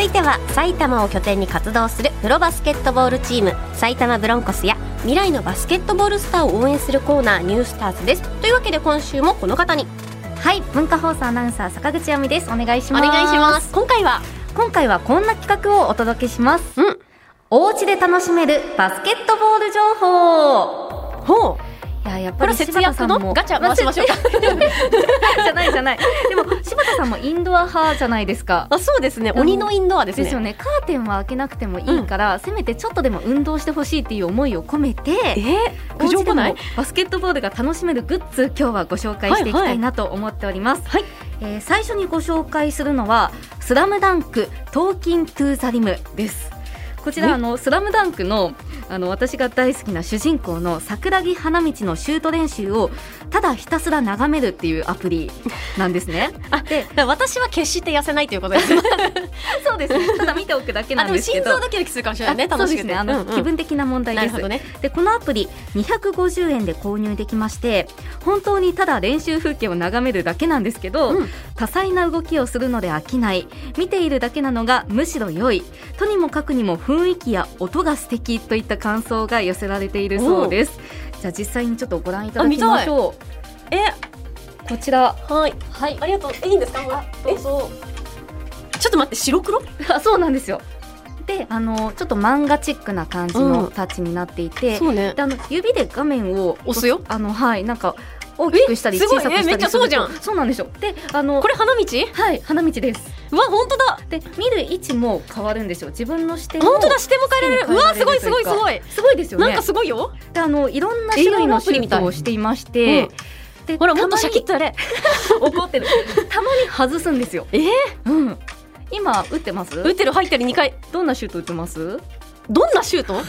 いては埼玉を拠点に活動するプロバスケットボールチーム埼玉ブロンコスや未来のバスケットボールスターを応援するコーナーニュースターズです。というわけで今週もこの方に。 はい、文化放送アナウンサー坂口亜美です。お願いします。 お願いします。今回はこんな企画をお届けします。お家で楽しめるバスケットボール情報。 ほう。いや、やっぱり節約のガチャ回しましょうかじゃないでも柴田さんもインドア派じゃないですか。 そうですね、鬼のインドアですね。 ですよね。カーテンは開けなくてもいいから、せめてちょっとでも運動してほしいっていう思いを込めて、お家でもバスケットボールが楽しめるグッズ、今日はご紹介していきたいなと思っております。最初にご紹介するのはスラムダンクトーキントゥーザリムです。こちらスラムダンクの私が大好きな主人公の桜木花道のシュート練習をただひたすら眺めるっていうアプリなんですね。 で、私は決して痩せないということですそうですね、ただ見ておくだけなんですけど、 心臓ドキドキするかもしれないね。楽しくて、 そうですね、気分的な問題です。で、このアプリ250円で購入できまして、本当にただ練習風景を眺めるだけなんですけど、多彩な動きをするので飽きない、見ているだけなのがむしろ良い、とにもかくにも雰囲気や音が素敵といった感想が寄せられているそうです。じゃあ実際にちょっとご覧いただきましょう。こちら、 はい、ありがとう。いいんですか？どうぞ。ちょっと待って、白黒？ そうなんですよ。で、ちょっと漫画チックな感じのタッチになっていて、 そうね、 で指で画面を押すよ。 なんか大きくしたり小さくしたりする。 めっちゃそうじゃん。 そうなんですよ。で、 これ花道？ はい、花道です。 うわ、本当だ。 で、見る位置も変わるんですよ。自分の視点も。 本当だ、視点も変えられる。うわ、すごいですよね。 なんかすごいよ。 で、いろんな種類のシュートをしていまして、 で、ほら、もっとシャキッとやれ。 怒ってる。たまに外すんですよ。今打ってます？ 打ってる、入ってる、2回。 どんなシュート打ってます？ どんなシュート？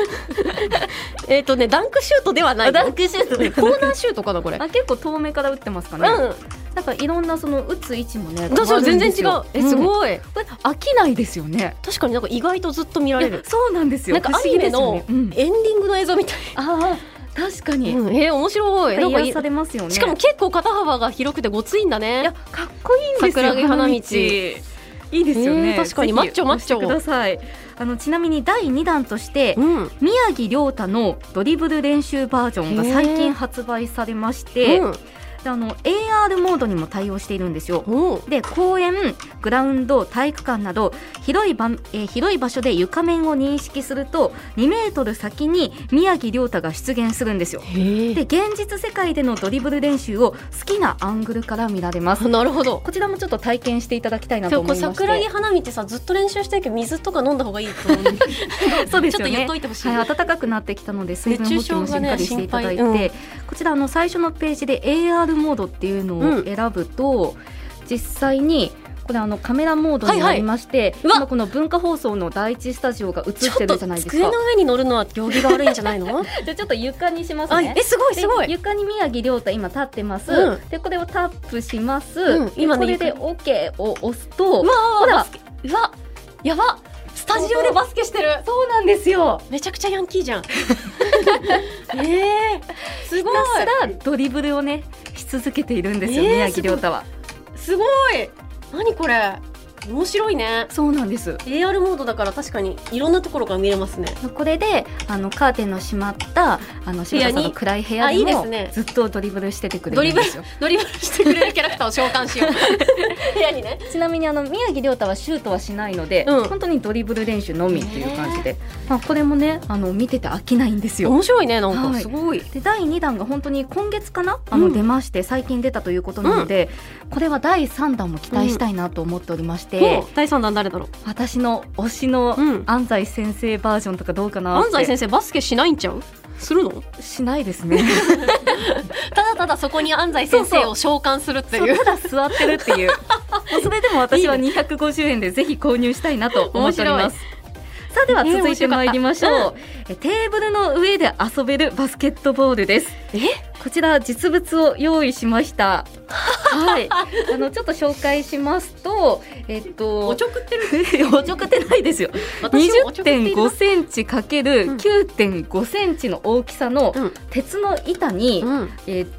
ダンクシュートではない。 ダンクシュートでコーナーシュートかな、これ。 結構遠目から打ってますかね。なんかいろんなその打つ位置もね、 全然違う。すごい。 これ飽きないですよね。 確かになんか意外とずっと見られる。 そうなんですよ。 なんかアニメのエンディングの映像みたい。 確かに。 面白い。なんか癒されますよね。 しかも結構肩幅が広くてごついんだね。 いや、かっこいいんですよ。 桜木花道。 いいですよね。 確かにマッチョください。ちなみに第2弾として、宮城亮太のドリブル練習バージョンが最近発売されまして、でAR モードにも対応しているんですよ。で、公園、グラウンド、体育館など広い場所で床面を認識すると2メートル先に宮城亮太が出現するんですよ。で、現実世界でのドリブル練習を好きなアングルから見られます。 なるほど。 こちらもちょっと体験していただきたいなと思いまして。 桜木花道さ、ずっと練習してるけど水とか飲んだ方がいいと思う。 そうですよね。ちょっと言っといてほしい。 暖かくなってきたので水分補給もしっかりしていただいて、こちら最初のページで AR モードっていうのを選ぶと、実際にこれカメラモードになりまして、今この文化放送の第一スタジオが映ってるじゃないですか。 机の上に乗るのは行儀が悪いんじゃないの？ じゃあちょっと床にしますね。 すごい。 床に宮城亮太今立ってます。で、これをタップします。今これで OK を押すと、ほら、 うわ、やば。スタジオでバスケしてる。 そうなんですよ。 めちゃくちゃヤンキーじゃん。すごい。 ひたすらドリブルをねし続けているんですよ、宮城亮太は。 すごい。何これ。面白いね。 そうなんです。 AR モードだから確かにいろんなところから見れますね。 これでカーテンの閉まった柴田さんの暗い部屋でもずっとドリブルしててくれるんですよ。 ドリブルしてくれるキャラクターを召喚しよう。部屋にね。 ちなみに宮城亮太はシュートはしないので、本当にドリブル練習のみっていう感じで、これもね見てて飽きないんですよ。 面白いね。なんかすごい。 で、第2弾が本当に今月かな出まして、最近出たということなので、これは第3弾も期待したいなと思っておりまして、 第3弾誰だろう。 私の推しの安西先生バージョンとかどうかな。 安西先生バスケしないんちゃう？するの？ しないですね。 ただただそこに安西先生を召喚するっていう。 ただ座ってるっていう。それでも私は250円でぜひ購入したいなと思っております。さあ、では続いて参りましょう。テーブルの上で遊べるバスケットボールです。こちら実物を用意しました。はい、ちょっと紹介しますと、 おちょくってる？ おちょくってないですよ。20.5 センチ ×9.5 センチの大きさの鉄の板に、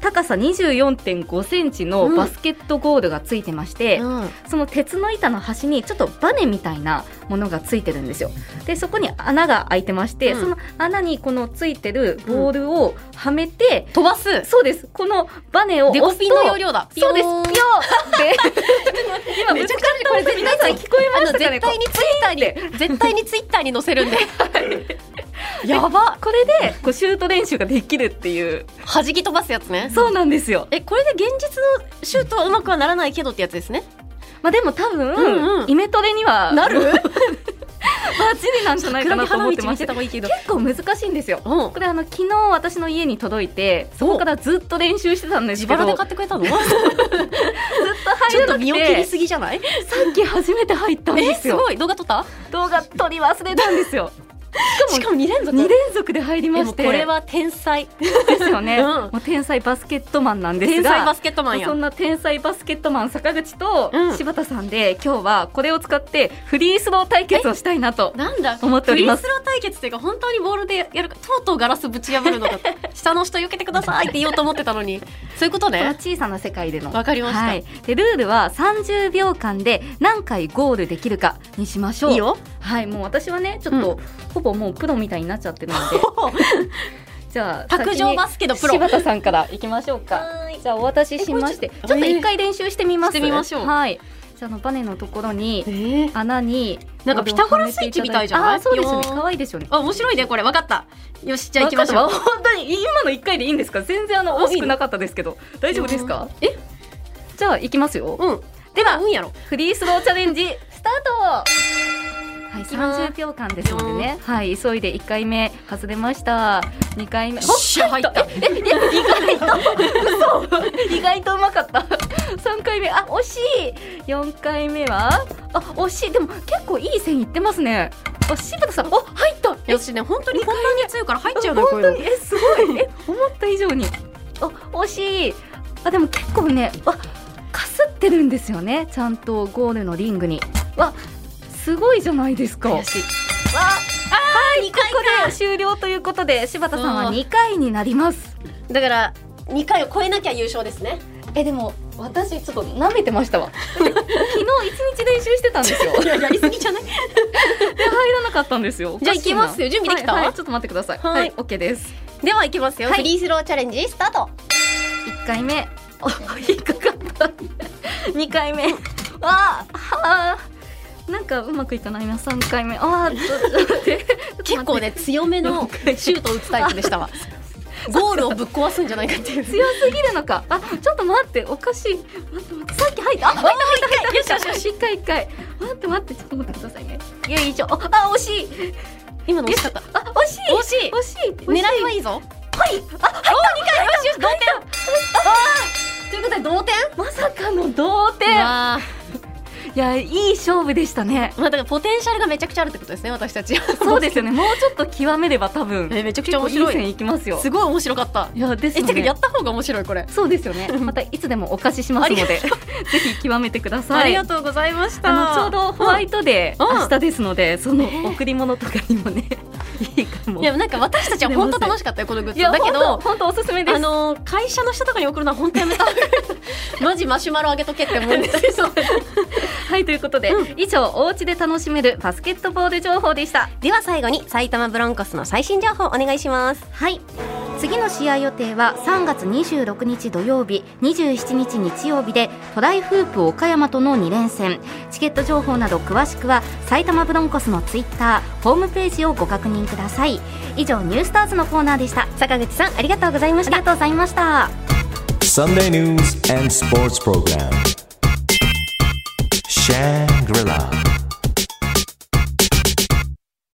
高さ 24.5 センチのバスケットゴールがついてまして、その鉄の板の端にちょっとバネみたいなものがついてるんですよ。でそこに穴が開いてまして、その穴にこのついてるボールをはめて、 飛ばす。 そうです。このバネを押すとデコピンの要領だ。 そうです。ピヨーって今めちゃくちゃこれ皆さん聞こえましたかね。 絶対にツイッターに載せるんでやば。これでこうシュート練習ができるっていう、 弾き飛ばすやつね。 そうなんですよ。 これで現実のシュートはうまくはならないけどってやつですね。 まあでも多分、イメトレにはなるバッチリなんじゃないかなと思ってまして、結構難しいんですよ。これ昨日私の家に届いて、そこからずっと練習してたんですけど、 自腹で買ってくれたの？ずっと入らなくて、 ちょっと身を切りすぎじゃない？ さっき初めて入ったんですよ。 すごい。動画撮った？ 動画撮り忘れたんですよ。 しかも2連続で入りまして、 これは天才ですよね、もう天才バスケットマンなんですが、 天才バスケットマンや。 そんな天才バスケットマン坂口と柴田さんで、今日はこれを使ってフリースロー対決をしたいなと思っております。 フリースロー対決っていうか、本当にボールでやるか、とうとうガラスぶち破るのか下の人避けてくださいって言おうと思ってたのにそういうことね。 この小さな世界での。 わかりました、 でルールは30秒間で何回ゴールできるかにしましょう。 いいよ。 もう私はねちょっと、ほぼもうプロみたいになっちゃってるのでじゃあ卓上バスケのプロ柴田さんからいきましょうか。じゃあお渡ししまして、ちょっと一回練習してみます。 してみましょう。 じゃあバネのところに、穴になんかピタゴラスイッチみたいじゃない？ そうですね。可愛いでしょうね。 面白いねこれ。分かった。よし、じゃあ行きましょう。 本当に今の1回でいいんですか？全然惜しくなかったですけど大丈夫ですか？じゃあ行きますよ。ではフリースローチャレンジスタート。30秒間ですのでね、急いで1回目外れました。2回目入った。 意外とうまかった。3回目惜しい。4回目は惜しい。でも結構いい線いってますね。柴田さん入った。 よしね、本当にこんなに強いから入っちゃうのよ。 本当にすごい。思った以上に惜しい。でも結構ねかすってるんですよね、ちゃんとゴールのリングに。すごいじゃないですか。 悔しい。 ここで終了ということで、柴田さんは2回になります。 だから2回を超えなきゃ優勝ですね。 でも私ちょっと舐めてましたわ昨日1日練習してたんですよ。 やりすぎじゃない？ で入らなかったんですよ。 じゃあ行きますよ。準備できた？ ちょっと待ってください。OK です。 では行きますよ。フリースローチャレンジスタート。 1回目引っかかった2回目なんかうまくいかないな。3回目結構ね強めのシュートを打つタイプでしたわ。ゴールをぶっ壊すんじゃないかっていう。 強すぎるのか。ちょっと待って、おかしい。待ってさっき入ったよし1回待ってちょっと待ってくださいね。よいしょ。惜しい。 今の惜しかった。 惜しい。 狙いはいいぞ。入った。2回。よし同点。ということで同点。 まさかの同点。いや、いい勝負でしたね。 だからポテンシャルがめちゃくちゃあるってことですね、私たち。 そうですよね。もうちょっと極めれば多分めちゃくちゃ面白い。 いい線いきますよ。 すごい面白かった。 いやですよね。 てかやった方が面白いこれ。 そうですよね。またいつでもお貸ししますのでぜひ極めてください。 ありがとうございました。 ちょうどホワイトデー明日ですので、その贈り物とかにもねいいかも。 いやなんか私たちは本当楽しかったよこのグッズ。だけど本当おすすめです。 会社の人とかに送るのは本当やめた。マジマシュマロあげとけって思うんですけど。 はいということで、以上お家で楽しめるバスケットボール情報でした。 では最後に埼玉ブロンコスの最新情報お願いします。 次の試合予定は3月26日土曜日、27日日曜日でトライフープ岡山との2連戦。チケット情報など詳しくは埼玉ブロンコスのツイッターホームページをご確認ください。以上ニュースターズのコーナーでした。 坂口さんありがとうございました。 ありがとうございました。 Sunday News and Sports Program Shangri-La